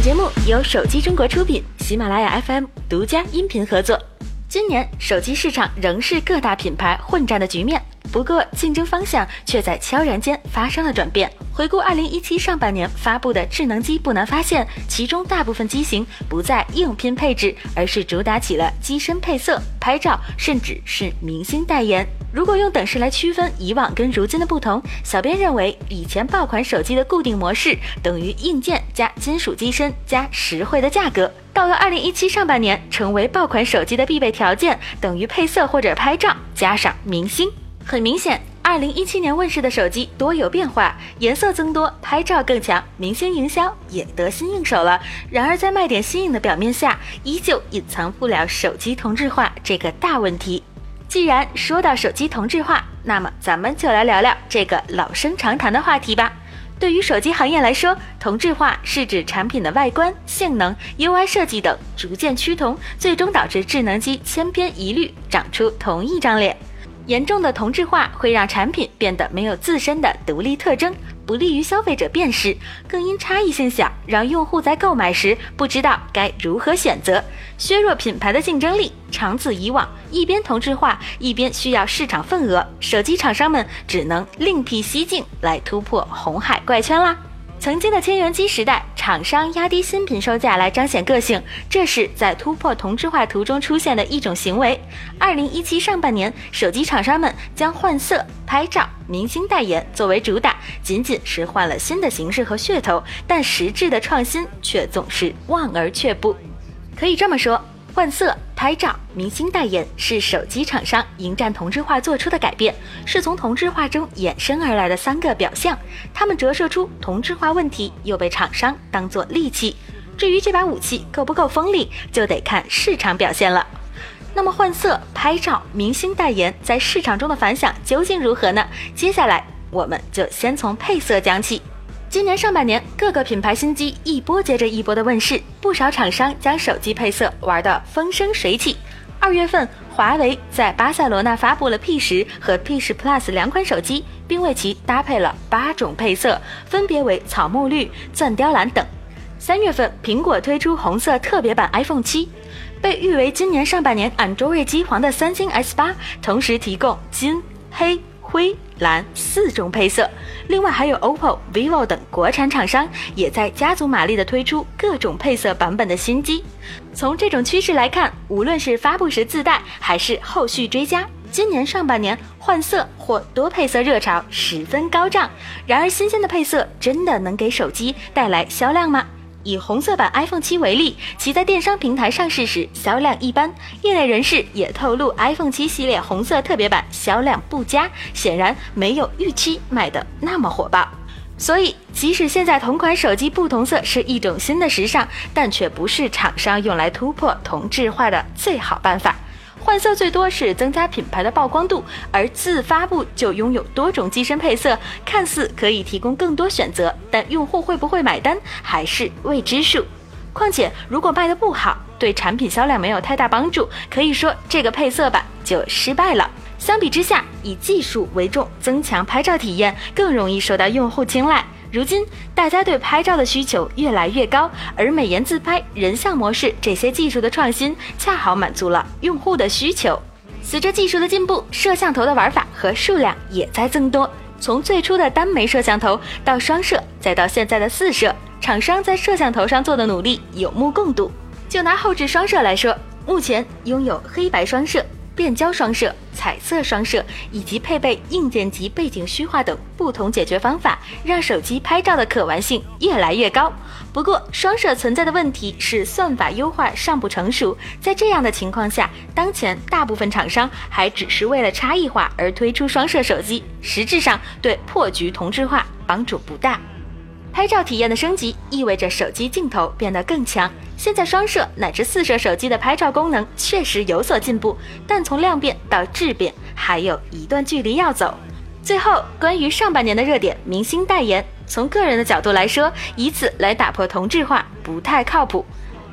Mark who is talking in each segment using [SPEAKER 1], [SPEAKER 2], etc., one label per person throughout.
[SPEAKER 1] 本节目由手机中国出品，喜马拉雅 FM 独家音频合作。今年手机市场仍是各大品牌混战的局面，不过竞争方向却在悄然间发生了转变。回顾2017上半年发布的智能机，不难发现，其中大部分机型不在硬拼配置，而是主打起了机身配色、拍照，甚至是明星代言。如果用等式来区分以往跟如今的不同，小编认为以前爆款手机的固定模式等于硬件加金属机身加实惠的价格，到了2017上半年成为爆款手机的必备条件，等于配色或者拍照加上明星。很明显2017年问世的手机多有变化，颜色增多，拍照更强，明星营销也得心应手了。然而在卖点新颖的表面下，依旧隐藏不了手机同质化这个大问题。既然说到手机同质化，那么咱们就来聊聊这个老生常谈的话题吧。对于手机行业来说，同质化是指产品的外观、性能、UI 设计等逐渐趋同，最终导致智能机千篇一律，长出同一张脸。严重的同质化会让产品变得没有自身的独立特征，不利于消费者辨识，更因差异性小，让用户在购买时不知道该如何选择，削弱品牌的竞争力。长此以往，一边同质化，一边需要市场份额，手机厂商们只能另辟蹊径来突破红海怪圈啦。曾经的千元机时代，厂商压低新品售价来彰显个性，这是在突破同质化途中出现的一种行为。2017上半年，手机厂商们将换色、拍照、明星代言作为主打，仅仅是换了新的形式和噱头，但实质的创新却总是望而却步。可以这么说，换色、拍照、明星代言是手机厂商迎战同质化做出的改变，是从同质化中衍生而来的三个表象。它们折射出同质化问题，又被厂商当作利器。至于这把武器够不够锋利，就得看市场表现了。那么换色、拍照、明星代言在市场中的反响究竟如何呢？接下来我们就先从配色讲起。今年上半年，各个品牌新机一波接着一波的问世，不少厂商将手机配色玩得风生水起。2月份，华为在巴塞罗那发布了 P10 和 P10 Plus 两款手机，并为其搭配了8种配色，分别为草木绿、钻雕蓝等。3月份，苹果推出红色特别版 iPhone 7，被誉为今年上半年 Android 机皇的三星 S8，同时提供金、黑、灰、蓝4种配色。另外还有 OPPO、vivo 等国产厂商也在加足马力地推出各种配色版本的新机。从这种趋势来看，无论是发布时自带还是后续追加，今年上半年换色或多配色热潮十分高涨。然而新鲜的配色真的能给手机带来销量吗？以红色版 iPhone 7为例，其在电商平台上市时销量一般，业内人士也透露 iPhone 7系列红色特别版销量不佳，显然没有预期卖得那么火爆。所以即使现在同款手机不同色是一种新的时尚，但却不是厂商用来突破同质化的最好办法。换色最多是增加品牌的曝光度，而自发布就拥有多种机身配色，看似可以提供更多选择，但用户会不会买单还是未知数。况且如果卖得不好，对产品销量没有太大帮助，可以说这个配色版就失败了。相比之下，以技术为重，增强拍照体验更容易受到用户青睐。如今大家对拍照的需求越来越高，而美颜自拍、人像模式这些技术的创新恰好满足了用户的需求。随着技术的进步，摄像头的玩法和数量也在增多，从最初的单枚摄像头到双摄，再到现在的4摄，厂商在摄像头上做的努力有目共睹。就拿后置双摄来说，目前拥有黑白双摄、变焦双摄、彩色双摄以及配备硬件级背景虚化等不同解决方法，让手机拍照的可玩性越来越高。不过双摄存在的问题是算法优化尚不成熟，在这样的情况下，当前大部分厂商还只是为了差异化而推出双摄手机，实质上对破局同质化帮助不大。拍照体验的升级意味着手机镜头变得更强，现在双摄乃至4摄手机的拍照功能确实有所进步，但从量变到质变还有一段距离要走。最后，关于上半年的热点明星代言，从个人的角度来说，以此来打破同质化不太靠谱。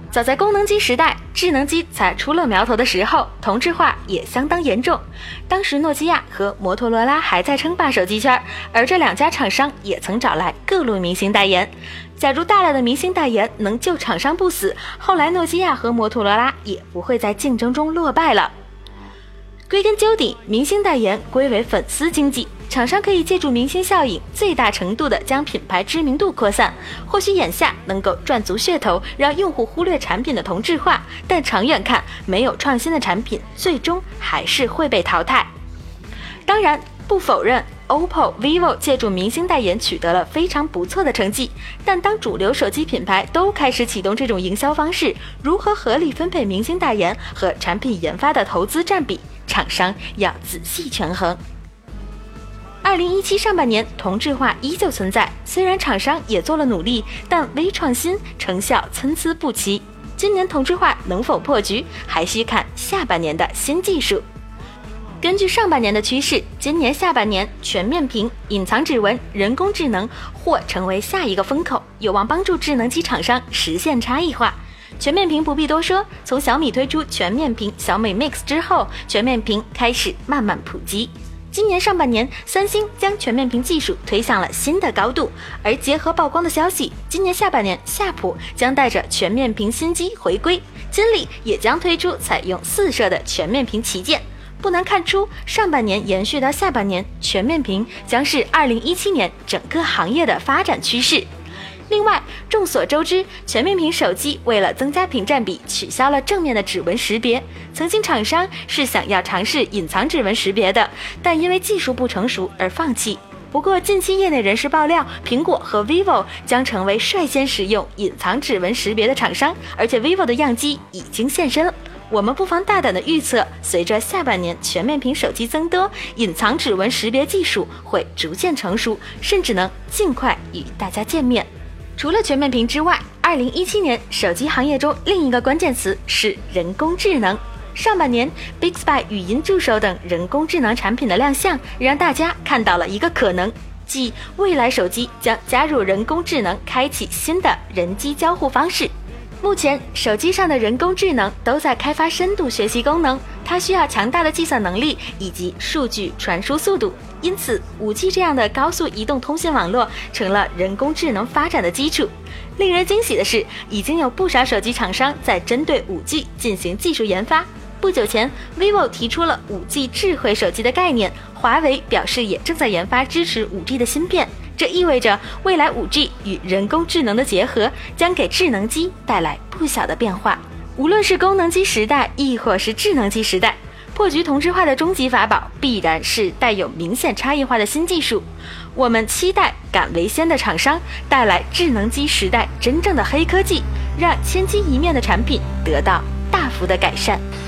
[SPEAKER 1] 早在功能机时代，智能机才出了苗头的时候，同质化也相当严重。当时诺基亚和摩托罗拉还在称霸手机圈，而这两家厂商也曾找来各路明星代言。假如大量的明星代言能救厂商不死，后来诺基亚和摩托罗拉也不会在竞争中落败了。归根究底，明星代言归为粉丝经济，厂商可以借助明星效应，最大程度地将品牌知名度扩散。或许眼下能够赚足噱头，让用户忽略产品的同质化，但长远看，没有创新的产品最终还是会被淘汰。当然，不否认OPPO、vivo 借助明星代言取得了非常不错的成绩，但当主流手机品牌都开始启动这种营销方式，如何合理分配明星代言和产品研发的投资占比，厂商要仔细权衡。2017上半年，同质化依旧存在，虽然厂商也做了努力，但微创新成效参差不齐。今年同质化能否破局，还需看下半年的新技术。根据上半年的趋势，今年下半年全面屏、隐藏指纹、人工智能或成为下一个风口，有望帮助智能机厂商实现差异化。全面屏不必多说，从小米推出全面屏小米 Mix 之后，全面屏开始慢慢普及。今年上半年，三星将全面屏技术推向了新的高度，而结合曝光的消息，今年下半年夏普将带着全面屏新机回归，金立也将推出采用4摄的全面屏旗舰。不难看出，上半年延续到下半年，全面屏将是2017年整个行业的发展趋势。另外，众所周知，全面屏手机为了增加屏占比，取消了正面的指纹识别。曾经厂商是想要尝试隐藏指纹识别的，但因为技术不成熟而放弃。不过，近期业内人士爆料，苹果和 vivo 将成为率先使用隐藏指纹识别的厂商，而且 vivo 的样机已经现身了。我们不妨大胆的预测，随着下半年全面屏手机增多，隐藏指纹识别技术会逐渐成熟，甚至能尽快与大家见面。除了全面屏之外，2017年手机行业中另一个关键词是人工智能。上半年 Bixby 语音助手等人工智能产品的亮相，让大家看到了一个可能，即未来手机将加入人工智能，开启新的人机交互方式。目前手机上的人工智能都在开发深度学习功能，它需要强大的计算能力以及数据传输速度，因此 5G 这样的高速移动通信网络成了人工智能发展的基础。令人惊喜的是，已经有不少手机厂商在针对 5G 进行技术研发。不久前 vivo 提出了 5G 智慧手机的概念，华为表示也正在研发支持 5G 的芯片。这意味着未来 5G 与人工智能的结合将给智能机带来不小的变化。无论是功能机时代亦或是智能机时代，破局同质化的终极法宝必然是带有明显差异化的新技术。我们期待敢为先的厂商带来智能机时代真正的黑科技，让千机一面的产品得到大幅的改善。